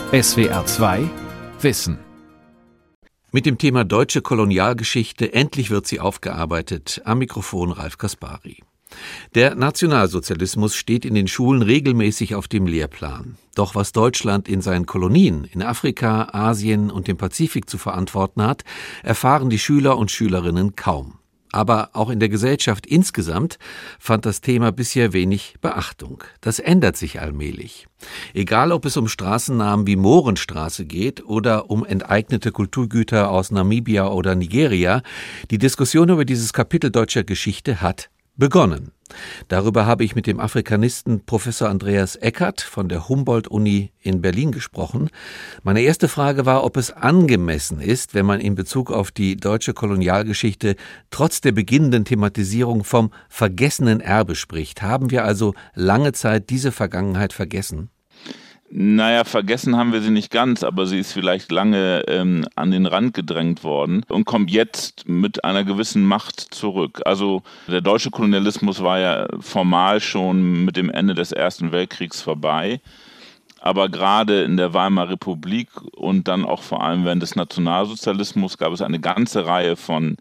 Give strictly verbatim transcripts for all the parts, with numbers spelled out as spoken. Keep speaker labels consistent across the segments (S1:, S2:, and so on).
S1: S W R zwei Wissen. Mit dem Thema deutsche Kolonialgeschichte, endlich wird sie aufgearbeitet. Am Mikrofon Ralf Kaspari. Der Nationalsozialismus steht in den Schulen regelmäßig auf dem Lehrplan. Doch was Deutschland in seinen Kolonien in Afrika, Asien und dem Pazifik zu verantworten hat, erfahren die Schüler und Schülerinnen kaum. Aber auch in der Gesellschaft insgesamt fand das Thema bisher wenig Beachtung. Das ändert sich allmählich. Egal, ob es um Straßennamen wie Mohrenstraße geht oder um enteignete Kulturgüter aus Namibia oder Nigeria, die Diskussion über dieses Kapitel deutscher Geschichte hat begonnen. Darüber habe ich mit dem Afrikanisten Professor Andreas Eckert von der Humboldt-Uni in Berlin gesprochen. Meine erste Frage war, ob es angemessen ist, wenn man in Bezug auf die deutsche Kolonialgeschichte trotz der beginnenden Thematisierung vom vergessenen Erbe spricht. Haben wir also lange Zeit diese Vergangenheit vergessen?
S2: Naja, vergessen haben wir sie nicht ganz, aber sie ist vielleicht lange ähm, an den Rand gedrängt worden und kommt jetzt mit einer gewissen Macht zurück. Also der deutsche Kolonialismus war ja formal schon mit dem Ende des Ersten Weltkriegs vorbei. Aber gerade in der Weimarer Republik und dann auch vor allem während des Nationalsozialismus gab es eine ganze Reihe von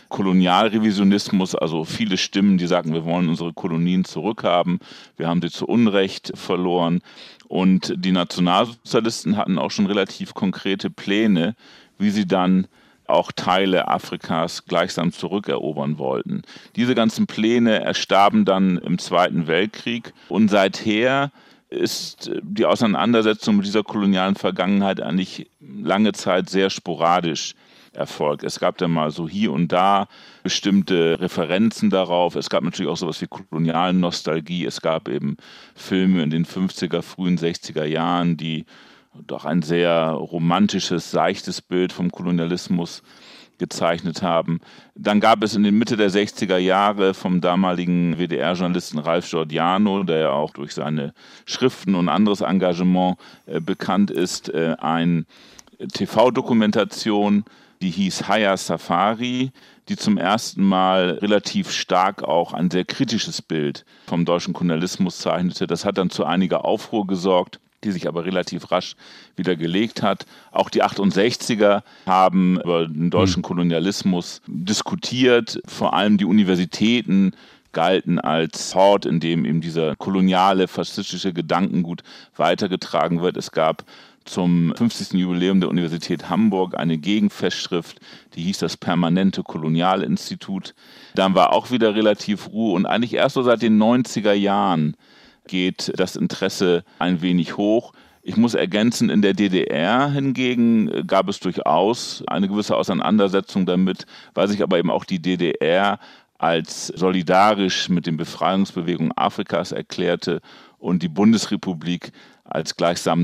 S2: Kolonialrevisionismus, also viele Stimmen, die sagen, wir wollen unsere Kolonien zurückhaben, wir haben sie zu Unrecht verloren. Und die Nationalsozialisten hatten auch schon relativ konkrete Pläne, wie sie dann auch Teile Afrikas gleichsam zurückerobern wollten. Diese ganzen Pläne erstarben dann im Zweiten Weltkrieg und seither ist die Auseinandersetzung mit dieser kolonialen Vergangenheit eigentlich lange Zeit sehr sporadisch erfolgt. Es gab dann mal so hier und da bestimmte Referenzen darauf. Es gab natürlich auch sowas wie Kolonialnostalgie. Es gab eben Filme in den fünfziger, frühen sechziger Jahren, die doch ein sehr romantisches, seichtes Bild vom Kolonialismus gezeichnet haben. Dann gab es in den Mitte der sechziger Jahre vom damaligen W D R-Journalisten Ralf Giordano, der ja auch durch seine Schriften und anderes Engagement äh, bekannt ist, äh, eine T V-Dokumentation, die hieß Haya Safari, die zum ersten Mal relativ stark auch ein sehr kritisches Bild vom deutschen Kolonialismus zeichnete. Das hat dann zu einiger Aufruhr gesorgt, die sich aber relativ rasch wieder gelegt hat. Auch die achtundsechziger haben über den deutschen Kolonialismus diskutiert. Vor allem die Universitäten galten als Hort, in dem eben dieser koloniale, faschistische Gedankengut weitergetragen wird. Es gab zum fünfzigsten Jubiläum der Universität Hamburg eine Gegenfestschrift, die hieß das Permanente Kolonialinstitut. Dann war auch wieder relativ Ruhe und eigentlich erst so seit den neunziger Jahren geht das Interesse ein wenig hoch. Ich muss ergänzen, in der D D R hingegen gab es durchaus eine gewisse Auseinandersetzung damit, weil sich aber eben auch die D D R als solidarisch mit den Befreiungsbewegungen Afrikas erklärte und die Bundesrepublik als gleichsam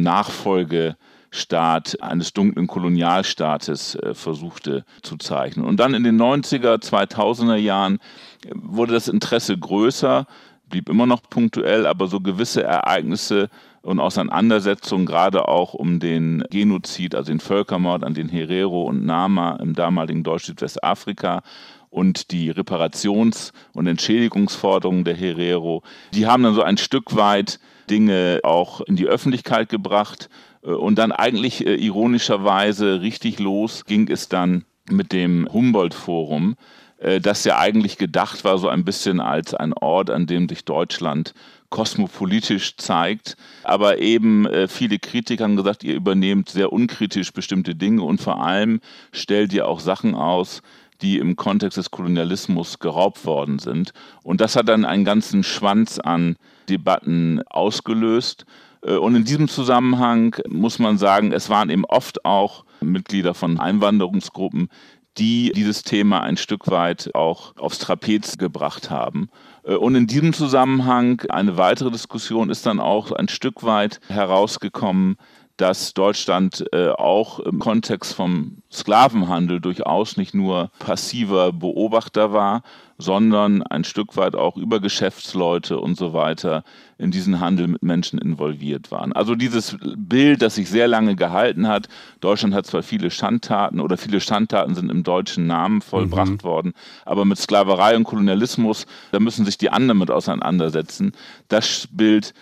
S2: Nachfolgestaat eines dunklen Kolonialstaates äh, versuchte zu zeichnen. Und dann in den neunziger, zweitausender Jahren wurde das Interesse größer, blieb immer noch punktuell, aber so gewisse Ereignisse und Auseinandersetzungen, gerade auch um den Genozid, also den Völkermord an den Herero und Nama im damaligen Deutsch-Südwestafrika und die Reparations- und Entschädigungsforderungen der Herero, die haben dann so ein Stück weit Dinge auch in die Öffentlichkeit gebracht. Und dann eigentlich äh, ironischerweise richtig los ging es dann mit dem Humboldt-Forum, äh, das ja eigentlich gedacht war so ein bisschen als ein Ort, an dem sich Deutschland kosmopolitisch zeigt. Aber eben äh, viele Kritiker haben gesagt, ihr übernehmt sehr unkritisch bestimmte Dinge und vor allem stellt ihr auch Sachen aus, die im Kontext des Kolonialismus geraubt worden sind. Und das hat dann einen ganzen Schwanz an Debatten ausgelöst. Und in diesem Zusammenhang muss man sagen, es waren eben oft auch Mitglieder von Einwanderungsgruppen, die dieses Thema ein Stück weit auch aufs Trapez gebracht haben. Und in diesem Zusammenhang eine weitere Diskussion ist dann auch ein Stück weit herausgekommen, dass Deutschland äh, auch im Kontext vom Sklavenhandel durchaus nicht nur passiver Beobachter war, sondern ein Stück weit auch über Geschäftsleute und so weiter in diesen Handel mit Menschen involviert waren. Also dieses Bild, das sich sehr lange gehalten hat, Deutschland hat zwar viele Schandtaten oder viele Schandtaten sind im deutschen Namen vollbracht mhm. worden, aber mit Sklaverei und Kolonialismus, da müssen sich die anderen mit auseinandersetzen. Das Bild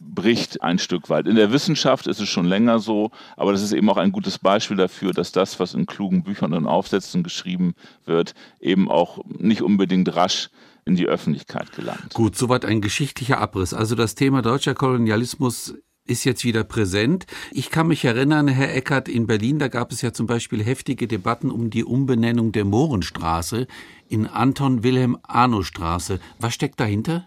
S2: bricht ein Stück weit. In der Wissenschaft ist es schon länger so, aber das ist eben auch ein gutes Beispiel dafür, dass das, was in klugen Büchern und Aufsätzen geschrieben wird, eben auch nicht unbedingt rasch in die Öffentlichkeit gelangt.
S1: Gut, soweit ein geschichtlicher Abriss. Also das Thema deutscher Kolonialismus ist jetzt wieder präsent. Ich kann mich erinnern, Herr Eckert, in Berlin, da gab es ja zum Beispiel heftige Debatten um die Umbenennung der Mohrenstraße in Anton-Wilhelm-Arno-Straße. Was steckt dahinter?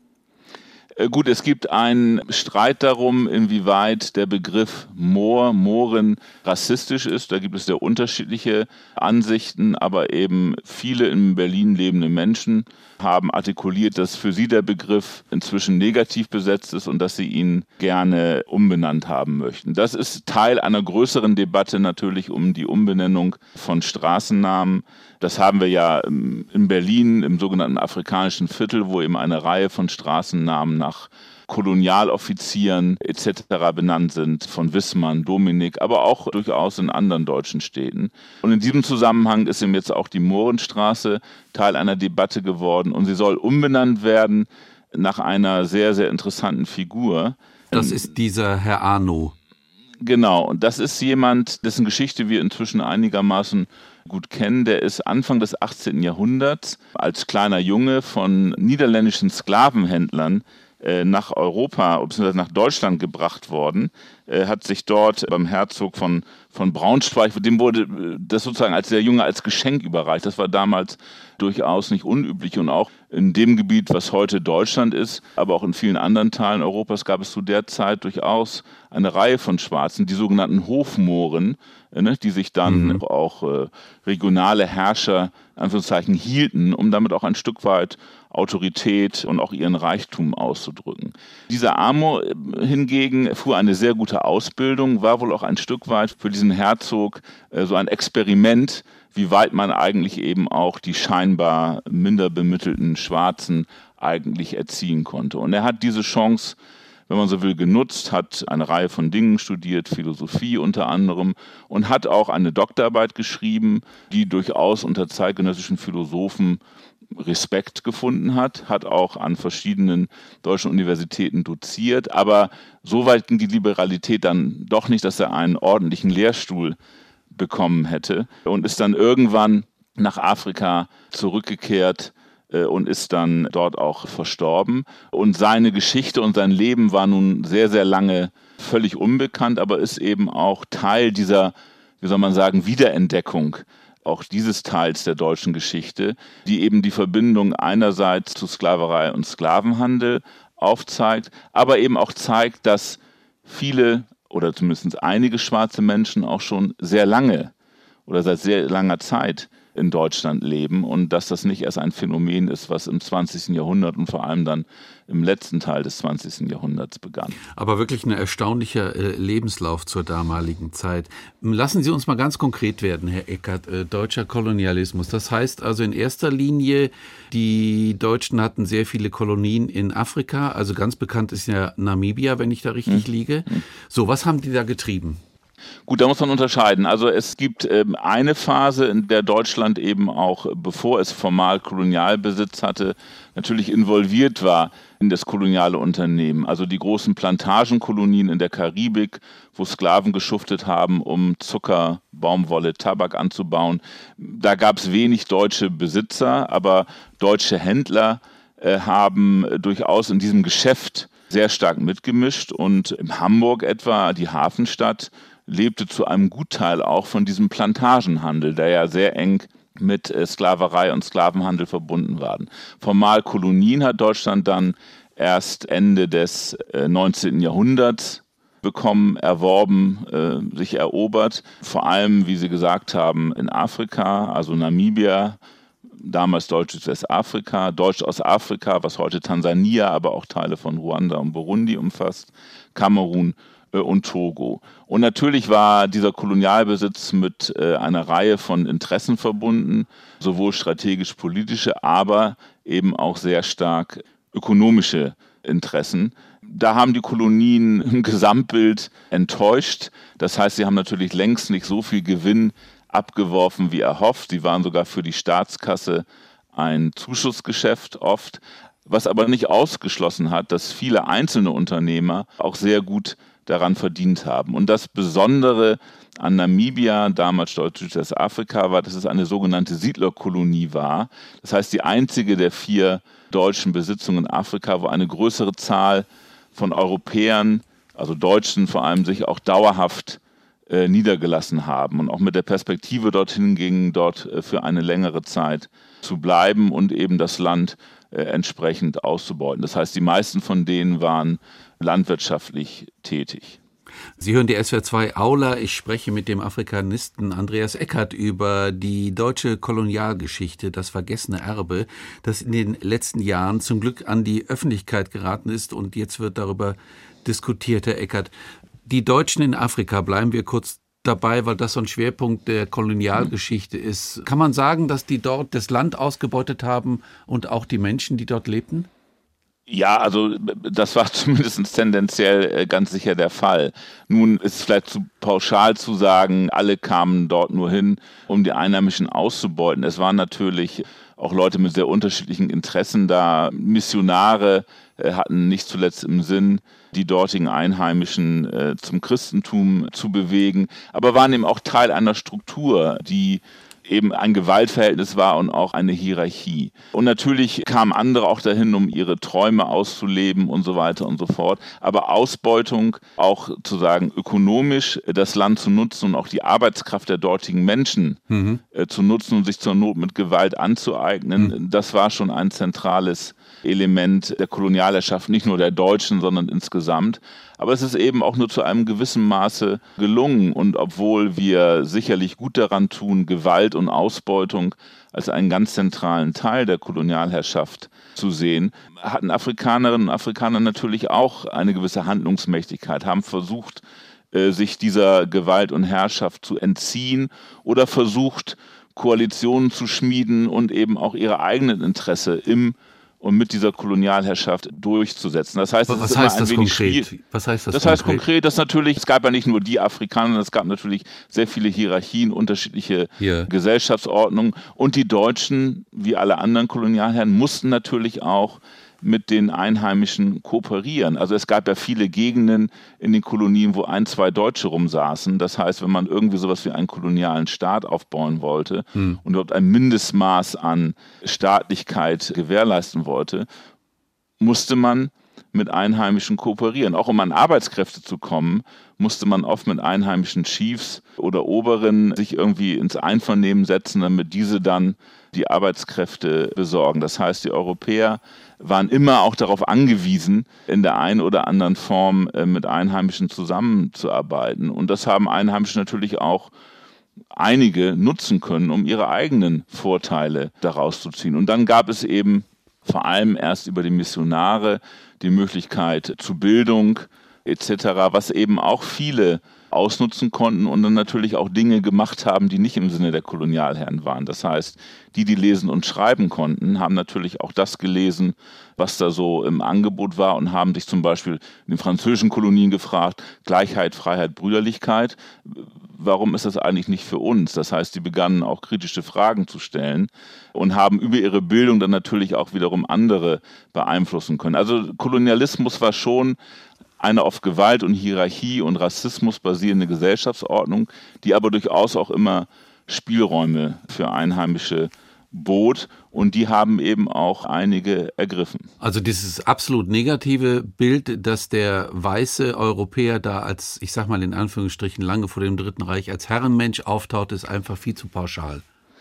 S2: Gut, es gibt einen Streit darum, inwieweit der Begriff Moor, Mohren rassistisch ist. Da gibt es sehr unterschiedliche Ansichten, aber eben viele in Berlin lebende Menschen haben artikuliert, dass für sie der Begriff inzwischen negativ besetzt ist und dass sie ihn gerne umbenannt haben möchten. Das ist Teil einer größeren Debatte natürlich um die Umbenennung von Straßennamen. Das haben wir ja in Berlin im sogenannten afrikanischen Viertel, wo eben eine Reihe von Straßennamen nach Kolonialoffizieren et cetera benannt sind, von Wissmann, Dominik, aber auch durchaus in anderen deutschen Städten. Und in diesem Zusammenhang ist eben jetzt auch die Mohrenstraße Teil einer Debatte geworden und sie soll umbenannt werden nach einer sehr, sehr interessanten Figur.
S1: Das ist dieser Herr Arno.
S2: Genau, und das ist jemand, dessen Geschichte wir inzwischen einigermaßen gut kennen. Der ist Anfang des achtzehnten Jahrhunderts als kleiner Junge von niederländischen Sklavenhändlern nach Europa bzw. nach Deutschland gebracht worden, äh, hat sich dort beim Herzog von, von Braunschweig, dem wurde das sozusagen als der Junge als Geschenk überreicht. Das war damals durchaus nicht unüblich und auch in dem Gebiet, was heute Deutschland ist, aber auch in vielen anderen Teilen Europas gab es zu der Zeit durchaus eine Reihe von Schwarzen, die sogenannten Hofmohren, äh, ne, die sich dann mhm. auch äh, regionale Herrscher, Anführungszeichen, hielten, um damit auch ein Stück weit Autorität und auch ihren Reichtum auszudrücken. Dieser Arno hingegen fuhr eine sehr gute Ausbildung, war wohl auch ein Stück weit für diesen Herzog äh, so ein Experiment, wie weit man eigentlich eben auch die scheinbar minder bemittelten Schwarzen eigentlich erziehen konnte. Und er hat diese Chance, wenn man so will, genutzt, hat eine Reihe von Dingen studiert, Philosophie unter anderem, und hat auch eine Doktorarbeit geschrieben, die durchaus unter zeitgenössischen Philosophen Respekt gefunden hat, hat auch an verschiedenen deutschen Universitäten doziert, aber so weit ging die Liberalität dann doch nicht, dass er einen ordentlichen Lehrstuhl bekommen hätte und ist dann irgendwann nach Afrika zurückgekehrt äh, und ist dann dort auch verstorben. Und seine Geschichte und sein Leben war nun sehr, sehr lange völlig unbekannt, aber ist eben auch Teil dieser, wie soll man sagen, Wiederentdeckung auch dieses Teils der deutschen Geschichte, die eben die Verbindung einerseits zu Sklaverei und Sklavenhandel aufzeigt, aber eben auch zeigt, dass viele oder zumindest einige schwarze Menschen auch schon sehr lange oder seit sehr langer Zeit in Deutschland leben und dass das nicht erst ein Phänomen ist, was im zwanzigsten Jahrhundert und vor allem dann im letzten Teil des zwanzigsten Jahrhunderts begann.
S1: Aber wirklich ein erstaunlicher äh, Lebenslauf zur damaligen Zeit. Lassen Sie uns mal ganz konkret werden, Herr Eckert, äh, deutscher Kolonialismus. Das heißt also in erster Linie, die Deutschen hatten sehr viele Kolonien in Afrika, also ganz bekannt ist ja Namibia, wenn ich da richtig hm. liege. Hm. So, was haben die da getrieben?
S2: Gut, da muss man unterscheiden. Also es gibt ähm, eine Phase, in der Deutschland eben auch, bevor es formal Kolonialbesitz hatte, natürlich involviert war in das koloniale Unternehmen. Also die großen Plantagenkolonien in der Karibik, wo Sklaven geschuftet haben, um Zucker, Baumwolle, Tabak anzubauen. Da gab es wenig deutsche Besitzer, aber deutsche Händler äh, haben durchaus in diesem Geschäft sehr stark mitgemischt. Und in Hamburg etwa, die Hafenstadt, lebte zu einem Gutteil auch von diesem Plantagenhandel, der ja sehr eng mit Sklaverei und Sklavenhandel verbunden war. Formal Kolonien hat Deutschland dann erst Ende des neunzehnten Jahrhunderts bekommen, erworben, äh, sich erobert. Vor allem, wie Sie gesagt haben, in Afrika, also Namibia, damals deutsches Westafrika, Deutsch-Ostafrika, was heute Tansania, aber auch Teile von Ruanda und Burundi umfasst, Kamerun und Togo. Und natürlich war dieser Kolonialbesitz mit äh, einer Reihe von Interessen verbunden, sowohl strategisch-politische, aber eben auch sehr stark ökonomische Interessen. Da haben die Kolonien im Gesamtbild enttäuscht. Das heißt, sie haben natürlich längst nicht so viel Gewinn abgeworfen wie erhofft. Sie waren sogar für die Staatskasse ein Zuschussgeschäft oft. was aber nicht ausgeschlossen hat, dass viele einzelne Unternehmer auch sehr gut daran verdient haben. Und das Besondere an Namibia, damals Deutsch-Südwestafrika, war, dass es eine sogenannte Siedlerkolonie war. Das heißt, die einzige der vier deutschen Besitzungen in Afrika, wo eine größere Zahl von Europäern, also Deutschen vor allem, sich auch dauerhaft äh, niedergelassen haben und auch mit der Perspektive dorthin gingen, dort äh, für eine längere Zeit zu bleiben und eben das Land äh, entsprechend auszubeuten. Das heißt, die meisten von denen waren landwirtschaftlich tätig.
S1: Sie hören die S W R zwei Aula. Ich spreche mit dem Afrikanisten Andreas Eckert über die deutsche Kolonialgeschichte, das vergessene Erbe, das in den letzten Jahren zum Glück an die Öffentlichkeit geraten ist. Und jetzt wird darüber diskutiert, Herr Eckert. Die Deutschen in Afrika, bleiben wir kurz dabei, weil das so ein Schwerpunkt der Kolonialgeschichte ist. Kann man sagen, dass die dort das Land ausgebeutet haben und auch die Menschen, die dort lebten?
S2: Ja, also das war zumindest tendenziell ganz sicher der Fall. Nun ist es vielleicht zu pauschal zu sagen, alle kamen dort nur hin, um die Einheimischen auszubeuten. Es waren natürlich auch Leute mit sehr unterschiedlichen Interessen da. Missionare hatten nicht zuletzt im Sinn, die dortigen Einheimischen äh, zum Christentum zu bewegen, aber waren eben auch Teil einer Struktur, die eben ein Gewaltverhältnis war und auch eine Hierarchie. Und natürlich kamen andere auch dahin, um ihre Träume auszuleben und so weiter und so fort. Aber Ausbeutung, auch zu sagen, ökonomisch das Land zu nutzen und auch die Arbeitskraft der dortigen Menschen mhm. äh, zu nutzen und sich zur Not mit Gewalt anzueignen, mhm. das war schon ein zentrales Element der Kolonialherrschaft, nicht nur der Deutschen, sondern insgesamt. Aber es ist eben auch nur zu einem gewissen Maße gelungen. Und obwohl wir sicherlich gut daran tun, Gewalt und Ausbeutung als einen ganz zentralen Teil der Kolonialherrschaft zu sehen, hatten Afrikanerinnen und Afrikaner natürlich auch eine gewisse Handlungsmächtigkeit, haben versucht, sich dieser Gewalt und Herrschaft zu entziehen oder versucht, Koalitionen zu schmieden und eben auch ihre eigenen Interesse im und mit dieser Kolonialherrschaft durchzusetzen. Das heißt,
S1: was heißt das konkret? Was heißt das?
S2: Das heißt konkret, dass natürlich, es gab ja nicht nur die Afrikaner, es gab natürlich sehr viele Hierarchien, unterschiedliche yeah. Gesellschaftsordnungen. Und die Deutschen, wie alle anderen Kolonialherren, mussten natürlich auch mit den Einheimischen kooperieren. Also es gab ja viele Gegenden in den Kolonien, wo ein, zwei Deutsche rumsaßen. Das heißt, wenn man irgendwie sowas wie einen kolonialen Staat aufbauen wollte hm. und dort ein Mindestmaß an Staatlichkeit gewährleisten wollte, musste man mit Einheimischen kooperieren. Auch um an Arbeitskräfte zu kommen, musste man oft mit einheimischen Chiefs oder Oberen sich irgendwie ins Einvernehmen setzen, damit diese dann die Arbeitskräfte besorgen. Das heißt, die Europäer waren immer auch darauf angewiesen, in der einen oder anderen Form mit Einheimischen zusammenzuarbeiten. Und das haben Einheimische natürlich auch einige nutzen können, um ihre eigenen Vorteile daraus zu ziehen. Und dann gab es eben vor allem erst über die Missionare die Möglichkeit zu Bildung et cetera, was eben auch viele ausnutzen konnten und dann natürlich auch Dinge gemacht haben, die nicht im Sinne der Kolonialherren waren. Das heißt, die, die lesen und schreiben konnten, haben natürlich auch das gelesen, was da so im Angebot war und haben sich zum Beispiel in den französischen Kolonien gefragt, Gleichheit, Freiheit, Brüderlichkeit, warum ist das eigentlich nicht für uns? Das heißt, die begannen auch kritische Fragen zu stellen und haben über ihre Bildung dann natürlich auch wiederum andere beeinflussen können. Also Kolonialismus war schon eine auf Gewalt und Hierarchie und Rassismus basierende Gesellschaftsordnung, die aber durchaus auch immer Spielräume für Einheimische bot und die haben eben auch einige ergriffen.
S1: Also dieses absolut negative Bild, dass der weiße Europäer da als, ich sag mal in Anführungsstrichen, lange vor dem Dritten Reich als Herrenmensch auftaucht, ist einfach viel zu pauschal.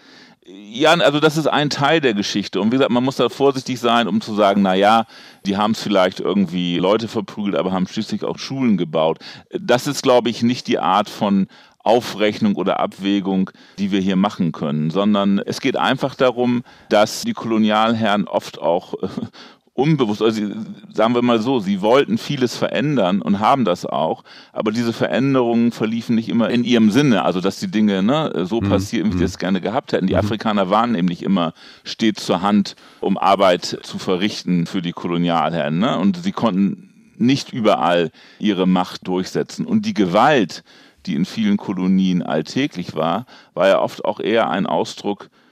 S2: Ja, also das ist ein Teil der Geschichte. Und wie gesagt, man muss da vorsichtig sein, um zu sagen, na ja, die haben es vielleicht irgendwie Leute verprügelt, aber haben schließlich auch Schulen gebaut. Das ist, glaube ich, nicht die Art von Aufrechnung oder Abwägung, die wir hier machen können, sondern es geht einfach darum, dass die Kolonialherren oft auch äh, unbewusst, also sagen wir mal so, sie wollten vieles verändern und haben das auch, aber diese Veränderungen verliefen nicht immer in ihrem Sinne, also dass die Dinge ne, so mhm. passieren, wie sie es gerne gehabt hätten. Die mhm. Afrikaner waren nämlich immer stets zur Hand, um Arbeit zu verrichten für die Kolonialherren, ne? Und sie konnten nicht überall ihre Macht durchsetzen. Und die Gewalt, die in vielen Kolonien alltäglich war, war ja oft auch eher ein Ausdruck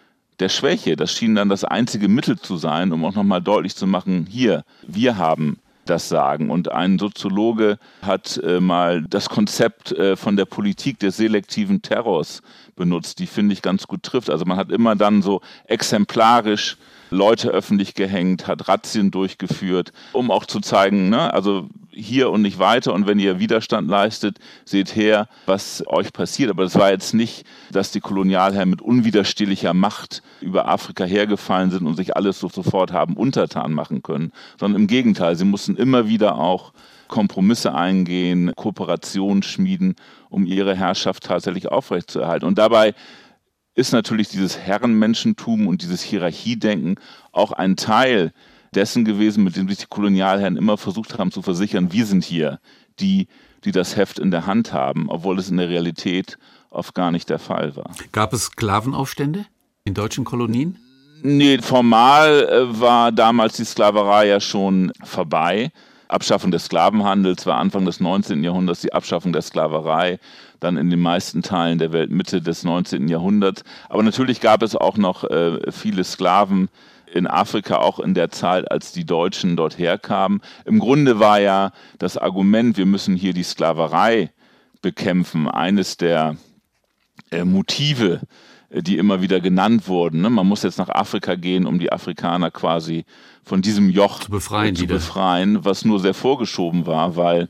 S2: der Schwäche. Das schien dann das einzige Mittel zu sein, um auch nochmal deutlich zu machen, hier, wir haben das Sagen. Und ein Soziologe hat äh, mal das Konzept äh, von der Politik des selektiven Terrors benutzt, die, finde ich, ganz gut trifft. Also man hat immer dann so exemplarisch Leute öffentlich gehängt, hat Razzien durchgeführt, um auch zu zeigen, ne, also hier und nicht weiter, und wenn ihr Widerstand leistet, seht her, was euch passiert. Aber das war jetzt nicht, dass die Kolonialherren mit unwiderstehlicher Macht über Afrika hergefallen sind und sich alles so sofort haben untertan machen können, sondern im Gegenteil, sie mussten immer wieder auch Kompromisse eingehen, Kooperationen schmieden, um ihre Herrschaft tatsächlich aufrechtzuerhalten. Und dabei ist natürlich dieses Herrenmenschentum und dieses Hierarchiedenken auch ein Teil dessen gewesen, mit dem sich die Kolonialherren immer versucht haben zu versichern, wir sind hier die, die das Heft in der Hand haben, obwohl es in der Realität oft gar nicht der Fall war.
S1: Gab es Sklavenaufstände in deutschen Kolonien?
S2: Nee, formal äh, war damals die Sklaverei ja schon vorbei. Abschaffung des Sklavenhandels war Anfang des neunzehnten Jahrhunderts, die Abschaffung der Sklaverei dann in den meisten Teilen der Welt Mitte des neunzehnten Jahrhunderts. Aber natürlich gab es auch noch äh, viele Sklaven in Afrika, auch in der Zeit, als die Deutschen dort herkamen. Im Grunde war ja das Argument, wir müssen hier die Sklaverei bekämpfen, eines der äh, Motive, die immer wieder genannt wurden. Ne? Man muss jetzt nach Afrika gehen, um die Afrikaner quasi von diesem Joch
S1: zu befreien,
S2: äh, zu befreien, was nur sehr vorgeschoben war, weil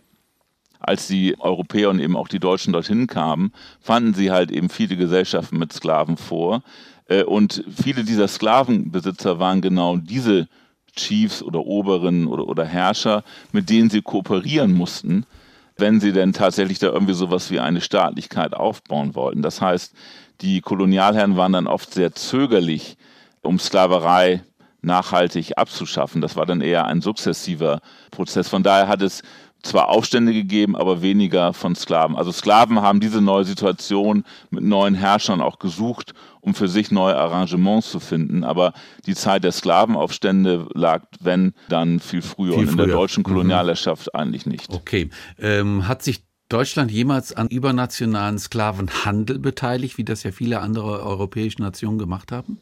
S2: als die Europäer und eben auch die Deutschen dorthin kamen, fanden sie halt eben viele Gesellschaften mit Sklaven vor. Äh, und viele dieser Sklavenbesitzer waren genau diese Chiefs oder Oberen oder, oder Herrscher, mit denen sie kooperieren mussten, wenn sie denn tatsächlich da irgendwie sowas wie eine Staatlichkeit aufbauen wollten. Das heißt, die Kolonialherren waren dann oft sehr zögerlich, um Sklaverei nachhaltig abzuschaffen. Das war dann eher ein sukzessiver Prozess. Von daher hat es zwar Aufstände gegeben, aber weniger von Sklaven. Also Sklaven haben diese neue Situation mit neuen Herrschern auch gesucht, um für sich neue Arrangements zu finden. Aber die Zeit der Sklavenaufstände lag, wenn, dann viel früher.
S1: Viel
S2: und in
S1: früher.
S2: der deutschen Kolonialherrschaft
S1: mhm.
S2: eigentlich nicht.
S1: Okay. Ähm, hat sich Deutschland jemals an übernationalen Sklavenhandel beteiligt, wie das ja viele andere europäische Nationen gemacht haben?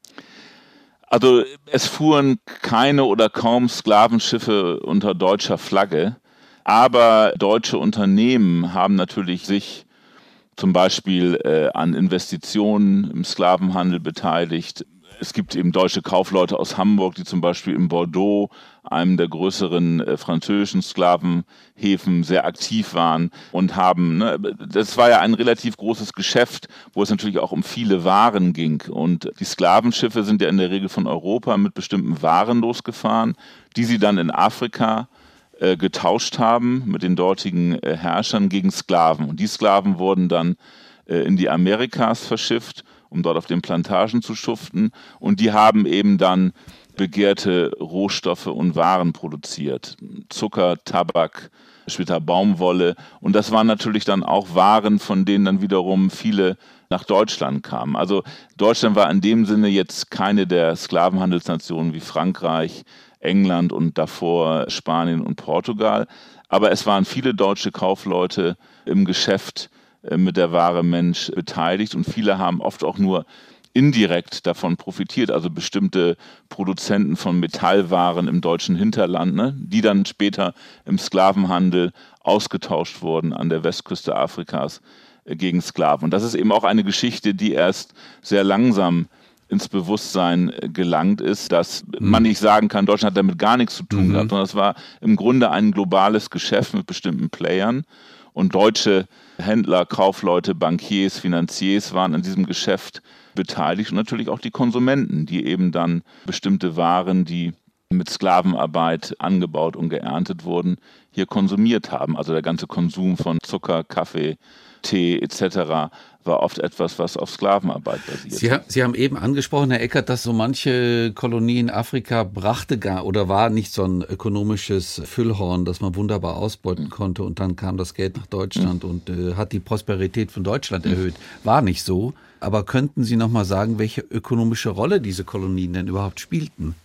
S2: Also es fuhren keine oder kaum Sklavenschiffe unter deutscher Flagge, aber deutsche Unternehmen haben natürlich sich zum Beispiel äh, an Investitionen im Sklavenhandel beteiligt. Es gibt eben deutsche Kaufleute aus Hamburg, die zum Beispiel in Bordeaux, einem der größeren äh, französischen Sklavenhäfen, sehr aktiv waren und haben, ne, das war ja ein relativ großes Geschäft, wo es natürlich auch um viele Waren ging. Und die Sklavenschiffe sind ja in der Regel von Europa mit bestimmten Waren losgefahren, die sie dann in Afrika äh, getauscht haben mit den dortigen äh, Herrschern gegen Sklaven. Und die Sklaven wurden dann äh, in die Amerikas verschifft, um dort auf den Plantagen zu schuften. Und die haben eben dann begehrte Rohstoffe und Waren produziert. Zucker, Tabak, später Baumwolle. Und das waren natürlich dann auch Waren, von denen dann wiederum viele nach Deutschland kamen. Also Deutschland war in dem Sinne jetzt keine der Sklavenhandelsnationen wie Frankreich, England und davor Spanien und Portugal. Aber es waren viele deutsche Kaufleute im Geschäft mit der Ware Mensch beteiligt und viele haben oft auch nur indirekt davon profitiert, also bestimmte Produzenten von Metallwaren im deutschen Hinterland, ne, die dann später im Sklavenhandel ausgetauscht wurden an der Westküste Afrikas äh, gegen Sklaven. Und das ist eben auch eine Geschichte, die erst sehr langsam ins Bewusstsein gelangt ist, dass mhm. man nicht sagen kann, Deutschland hat damit gar nichts zu tun mhm. gehabt, sondern es war im Grunde ein globales Geschäft mit bestimmten Playern. Und deutsche Händler, Kaufleute, Bankiers, Finanziers waren an diesem Geschäft beteiligt und natürlich auch die Konsumenten, die eben dann bestimmte Waren, die mit Sklavenarbeit angebaut und geerntet wurden, hier konsumiert haben. Also der ganze Konsum von Zucker, Kaffee, Tee et cetera war oft etwas, was auf Sklavenarbeit basiert.
S1: Sie, Sie haben eben angesprochen, Herr Eckert, dass so manche Kolonie in Afrika brachte gar oder war nicht so ein ökonomisches Füllhorn, das man wunderbar ausbeuten konnte und dann kam das Geld nach Deutschland mhm. und äh, hat die Prosperität von Deutschland erhöht. War nicht so. Aber könnten Sie noch mal sagen, welche ökonomische Rolle diese Kolonien denn überhaupt spielten?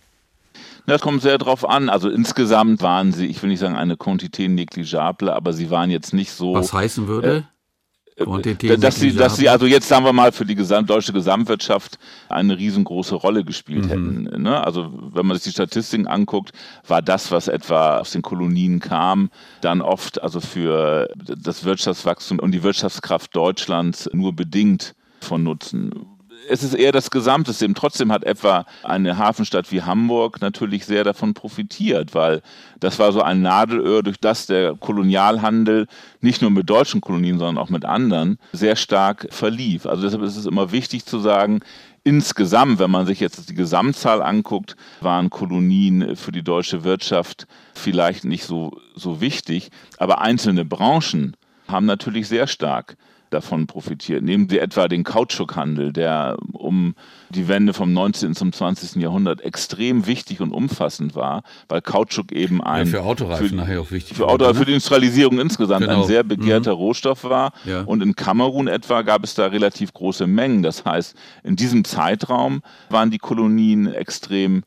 S2: Das kommt sehr drauf an. Also insgesamt waren sie, ich will nicht sagen eine Quantité négligeable, aber sie waren jetzt nicht so...
S1: Was heißen würde?
S2: Äh, äh, dass sie, dass sie also jetzt, sagen wir mal, für die Gesam- deutsche Gesamtwirtschaft eine riesengroße Rolle gespielt mhm. hätten. Ne? Also wenn man sich die Statistiken anguckt, war das, was etwa aus den Kolonien kam, dann oft also für das Wirtschaftswachstum und die Wirtschaftskraft Deutschlands nur bedingt von Nutzen. Es ist eher das Gesamtsystem. Trotzdem hat etwa eine Hafenstadt wie Hamburg natürlich sehr davon profitiert, weil das war so ein Nadelöhr, durch das der Kolonialhandel nicht nur mit deutschen Kolonien, sondern auch mit anderen sehr stark verlief. Also deshalb ist es immer wichtig zu sagen, insgesamt, wenn man sich jetzt die Gesamtzahl anguckt, waren Kolonien für die deutsche Wirtschaft vielleicht nicht so, so wichtig, aber einzelne Branchen haben natürlich sehr stark davon profitiert. Nehmen Sie etwa den Kautschukhandel, der um die Wende vom neunzehnten zum zwanzigsten Jahrhundert extrem wichtig und umfassend war, weil Kautschuk eben ein...
S1: Ja, für Autoreifen für, nachher auch wichtig.
S2: Für, Auto, für die Industrialisierung insgesamt
S1: genau.
S2: ein sehr begehrter mhm. Rohstoff war.
S1: Ja.
S2: Und in Kamerun etwa gab es da relativ große Mengen. Das heißt, in diesem Zeitraum waren die Kolonien extrem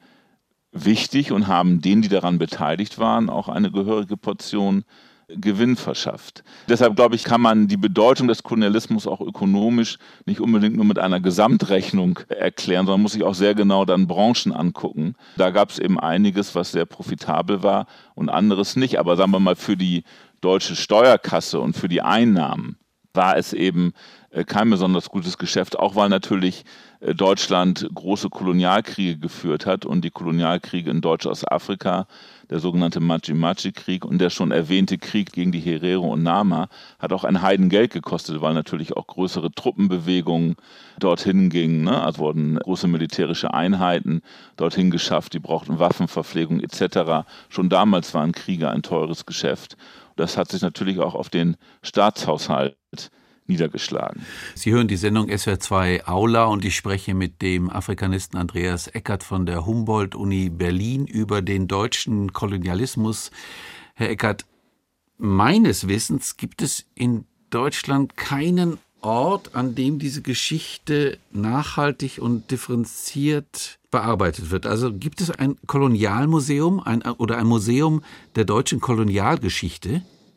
S2: wichtig und haben denen, die daran beteiligt waren, auch eine gehörige Portion Gewinn verschafft. Deshalb, glaube ich, kann man die Bedeutung des Kolonialismus auch ökonomisch nicht unbedingt nur mit einer Gesamtrechnung erklären, sondern muss sich auch sehr genau dann Branchen angucken. Da gab es eben einiges, was sehr profitabel war und anderes nicht. Aber sagen wir mal, für die deutsche Steuerkasse und für die Einnahmen war es eben kein besonders gutes Geschäft, auch weil natürlich Deutschland große Kolonialkriege geführt hat und die Kolonialkriege in Deutsch-Ostafrika, der sogenannte Maji-Maji-Krieg und der schon erwähnte Krieg gegen die Herero und Nama hat auch ein Heidengeld gekostet, weil natürlich auch größere Truppenbewegungen dorthin gingen. Ne? Also wurden große militärische Einheiten dorthin geschafft, die brauchten Waffenverpflegung et cetera. Schon damals waren Kriege ein teures Geschäft. Das hat sich natürlich auch auf den Staatshaushalt niedergeschlagen.
S1: Sie hören die Sendung S W R zwei Aula und ich spreche mit dem Afrikanisten Andreas Eckert von der Humboldt-Uni Berlin über den deutschen Kolonialismus. Herr Eckert, meines Wissens gibt es in Deutschland keinen Ort, an dem diese Geschichte nachhaltig und differenziert bearbeitet wird. Also gibt es ein Kolonialmuseum ein, oder ein Museum der deutschen Kolonialgeschichte?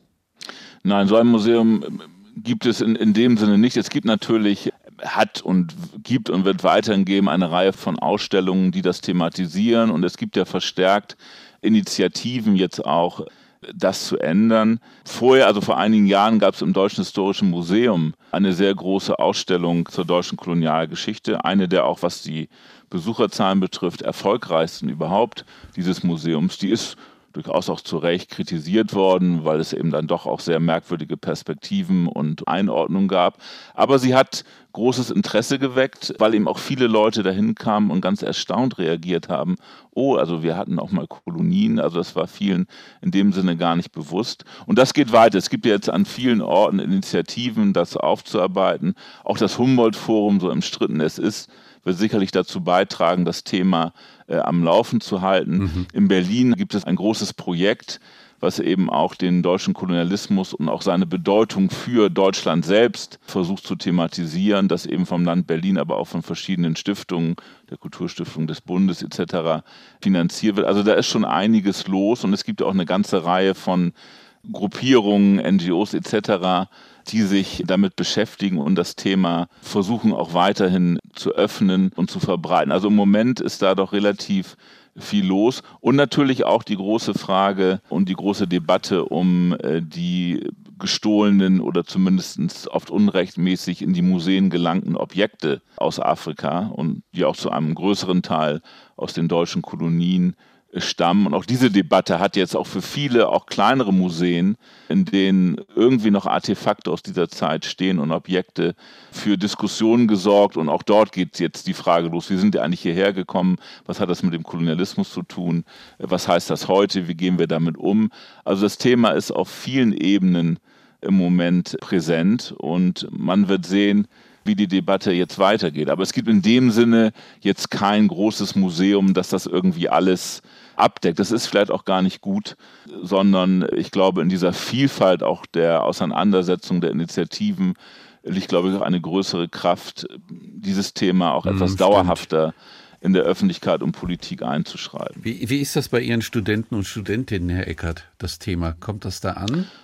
S2: Nein, so ein Museum gibt es in, in dem Sinne nicht. Es gibt natürlich, hat und gibt und wird weiterhin geben eine Reihe von Ausstellungen, die das thematisieren. Und es gibt ja verstärkt Initiativen jetzt auch, das zu ändern. Vorher, also vor einigen Jahren, gab es im Deutschen Historischen Museum eine sehr große Ausstellung zur deutschen Kolonialgeschichte. Eine der auch, was die Besucherzahlen betrifft, erfolgreichsten überhaupt dieses Museums. Die ist durchaus auch zu Recht kritisiert worden, weil es eben dann doch auch sehr merkwürdige Perspektiven und Einordnungen gab. Aber sie hat großes Interesse geweckt, weil eben auch viele Leute dahin kamen und ganz erstaunt reagiert haben. Oh, also wir hatten auch mal Kolonien, also das war vielen in dem Sinne gar nicht bewusst. Und das geht weiter. Es gibt jetzt an vielen Orten Initiativen, das aufzuarbeiten. Auch das Humboldt-Forum, so umstritten es ist, wird sicherlich dazu beitragen, das Thema äh, am Laufen zu halten. Mhm. In Berlin gibt es ein großes Projekt, was eben auch den deutschen Kolonialismus und auch seine Bedeutung für Deutschland selbst versucht zu thematisieren, das eben vom Land Berlin, aber auch von verschiedenen Stiftungen, der Kulturstiftung des Bundes et cetera finanziert wird. Also da ist schon einiges los und es gibt auch eine ganze Reihe von Gruppierungen, N G Os et cetera, die sich damit beschäftigen und das Thema versuchen auch weiterhin zu öffnen und zu verbreiten. Also im Moment ist da doch relativ viel los und natürlich auch die große Frage und die große Debatte um äh, die gestohlenen oder zumindest oft unrechtmäßig in die Museen gelangten Objekte aus Afrika und die auch zu einem größeren Teil aus den deutschen Kolonien stammen. Und auch diese Debatte hat jetzt auch für viele, auch kleinere Museen, in denen irgendwie noch Artefakte aus dieser Zeit stehen und Objekte, für Diskussionen gesorgt. Und auch dort geht jetzt die Frage los, wie sind die eigentlich hierher gekommen? Was hat das mit dem Kolonialismus zu tun? Was heißt das heute? Wie gehen wir damit um? Also das Thema ist auf vielen Ebenen im Moment präsent und man wird sehen, wie die Debatte jetzt weitergeht. Aber es gibt in dem Sinne jetzt kein großes Museum, das das irgendwie alles abdeckt. Das ist vielleicht auch gar nicht gut, sondern ich glaube, in dieser Vielfalt auch der Auseinandersetzung der Initiativen liegt, glaube ich, auch eine größere Kraft, dieses Thema auch etwas mm, dauerhafter in der Öffentlichkeit und Politik einzuschreiben.
S1: Wie, wie ist das bei Ihren Studenten und Studentinnen, Herr Eckert, das Thema? Kommt das da an?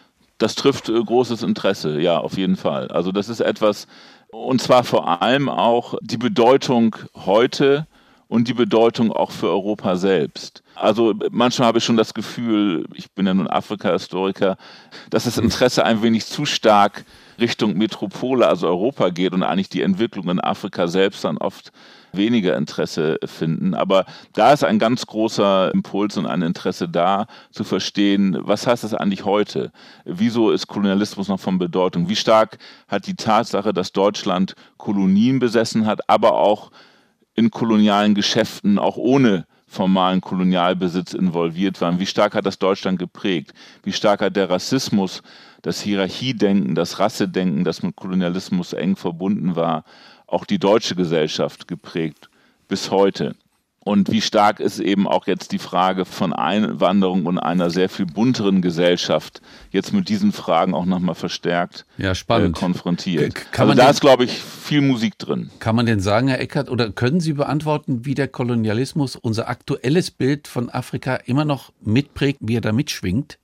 S2: Das trifft äh, großes Interesse, ja, auf jeden Fall. Also das ist etwas, und zwar vor allem auch die Bedeutung heute und die Bedeutung auch für Europa selbst. Also manchmal habe ich schon das Gefühl, ich bin ja nun Afrika-Historiker, dass das Interesse ein wenig zu stark Richtung Metropole, also Europa geht und eigentlich die Entwicklung in Afrika selbst dann oft weniger Interesse finden. Aber da ist ein ganz großer Impuls und ein Interesse da, zu verstehen, was heißt das eigentlich heute? Wieso ist Kolonialismus noch von Bedeutung? Wie stark hat die Tatsache, dass Deutschland Kolonien besessen hat, aber auch in kolonialen Geschäften, auch ohne formalen Kolonialbesitz involviert waren? Wie stark hat das Deutschland geprägt? Wie stark hat der Rassismus, das Hierarchiedenken, das Rassedenken, das mit Kolonialismus eng verbunden war, auch die deutsche Gesellschaft geprägt bis heute? Und wie stark ist eben auch jetzt die Frage von Einwanderung und einer sehr viel bunteren Gesellschaft jetzt mit diesen Fragen auch nochmal verstärkt
S1: ja, spannend.
S2: Äh, konfrontiert.
S1: Kann
S2: also
S1: man
S2: da
S1: denn,
S2: ist, glaube ich, viel Musik drin.
S1: Kann man denn sagen, Herr Eckert, oder können Sie beantworten, wie der Kolonialismus unser aktuelles Bild von Afrika immer noch mitprägt, wie er da mitschwingt?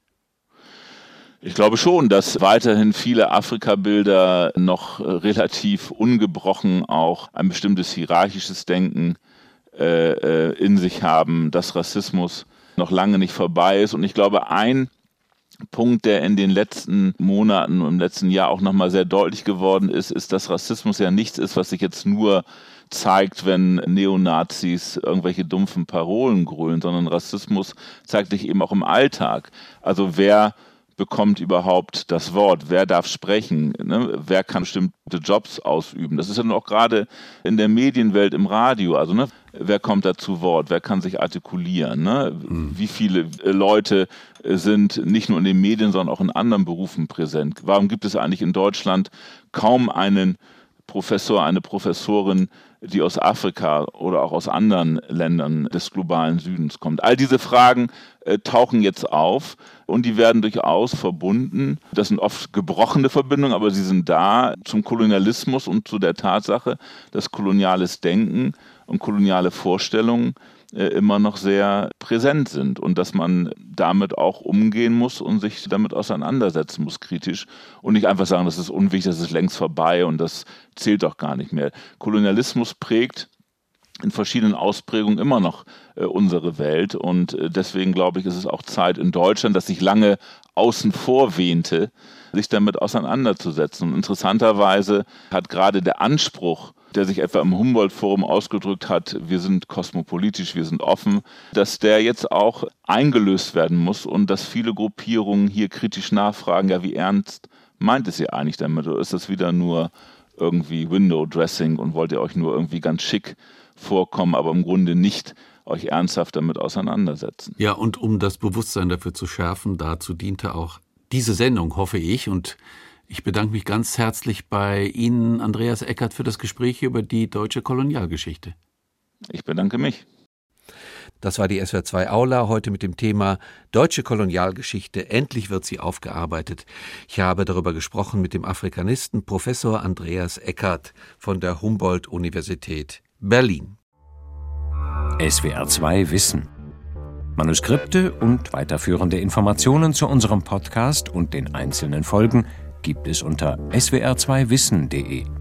S2: Ich glaube schon, dass weiterhin viele Afrika-Bilder noch relativ ungebrochen auch ein bestimmtes hierarchisches Denken äh, in sich haben, dass Rassismus noch lange nicht vorbei ist. Und ich glaube, ein Punkt, der in den letzten Monaten und im letzten Jahr auch nochmal sehr deutlich geworden ist, ist, dass Rassismus ja nichts ist, was sich jetzt nur zeigt, wenn Neonazis irgendwelche dumpfen Parolen grölen, sondern Rassismus zeigt sich eben auch im Alltag. Also wer bekommt überhaupt das Wort? Wer darf sprechen? Ne? Wer kann bestimmte Jobs ausüben? Das ist ja auch gerade in der Medienwelt, im Radio. Also ne? Wer kommt da zu Wort? Wer kann sich artikulieren? Ne? Mhm. Wie viele Leute sind nicht nur in den Medien, sondern auch in anderen Berufen präsent? Warum gibt es eigentlich in Deutschland kaum einen Professor, eine Professorin, die aus Afrika oder auch aus anderen Ländern des globalen Südens kommt? All diese Fragen äh, tauchen jetzt auf und die werden durchaus verbunden. Das sind oft gebrochene Verbindungen, aber sie sind da zum Kolonialismus und zu der Tatsache, dass koloniales Denken und koloniale Vorstellungen äh, immer noch sehr präsent sind und dass man damit auch umgehen muss und sich damit auseinandersetzen muss, kritisch, und nicht einfach sagen, das ist unwichtig, das ist längst vorbei und das zählt doch gar nicht mehr. Kolonialismus prägt in verschiedenen Ausprägungen immer noch äh, unsere Welt und äh, deswegen glaube ich, ist es auch Zeit in Deutschland, das sich lange außen vor wähnte, sich damit auseinanderzusetzen. Und interessanterweise hat gerade der Anspruch, der sich etwa im Humboldt-Forum ausgedrückt hat, wir sind kosmopolitisch, wir sind offen, dass der jetzt auch eingelöst werden muss und dass viele Gruppierungen hier kritisch nachfragen, ja, wie ernst meint es ihr eigentlich damit? Oder ist das wieder nur irgendwie Window-Dressing und wollt ihr euch nur irgendwie ganz schick vorkommen, aber im Grunde nicht euch ernsthaft damit auseinandersetzen?
S1: Ja, und um das Bewusstsein dafür zu schärfen, dazu diente auch diese Sendung, hoffe ich. Und ich bedanke mich ganz herzlich bei Ihnen, Andreas Eckert, für das Gespräch über die deutsche Kolonialgeschichte.
S2: Ich bedanke mich.
S1: Das war die S W R zwei Aula, heute mit dem Thema Deutsche Kolonialgeschichte. Endlich wird sie aufgearbeitet. Ich habe darüber gesprochen mit dem Afrikanisten Professor Andreas Eckert von der Humboldt-Universität Berlin.
S3: S W R zwei Wissen. Manuskripte und weiterführende Informationen zu unserem Podcast und den einzelnen Folgen gibt es unter s w r zwei wissen punkt de.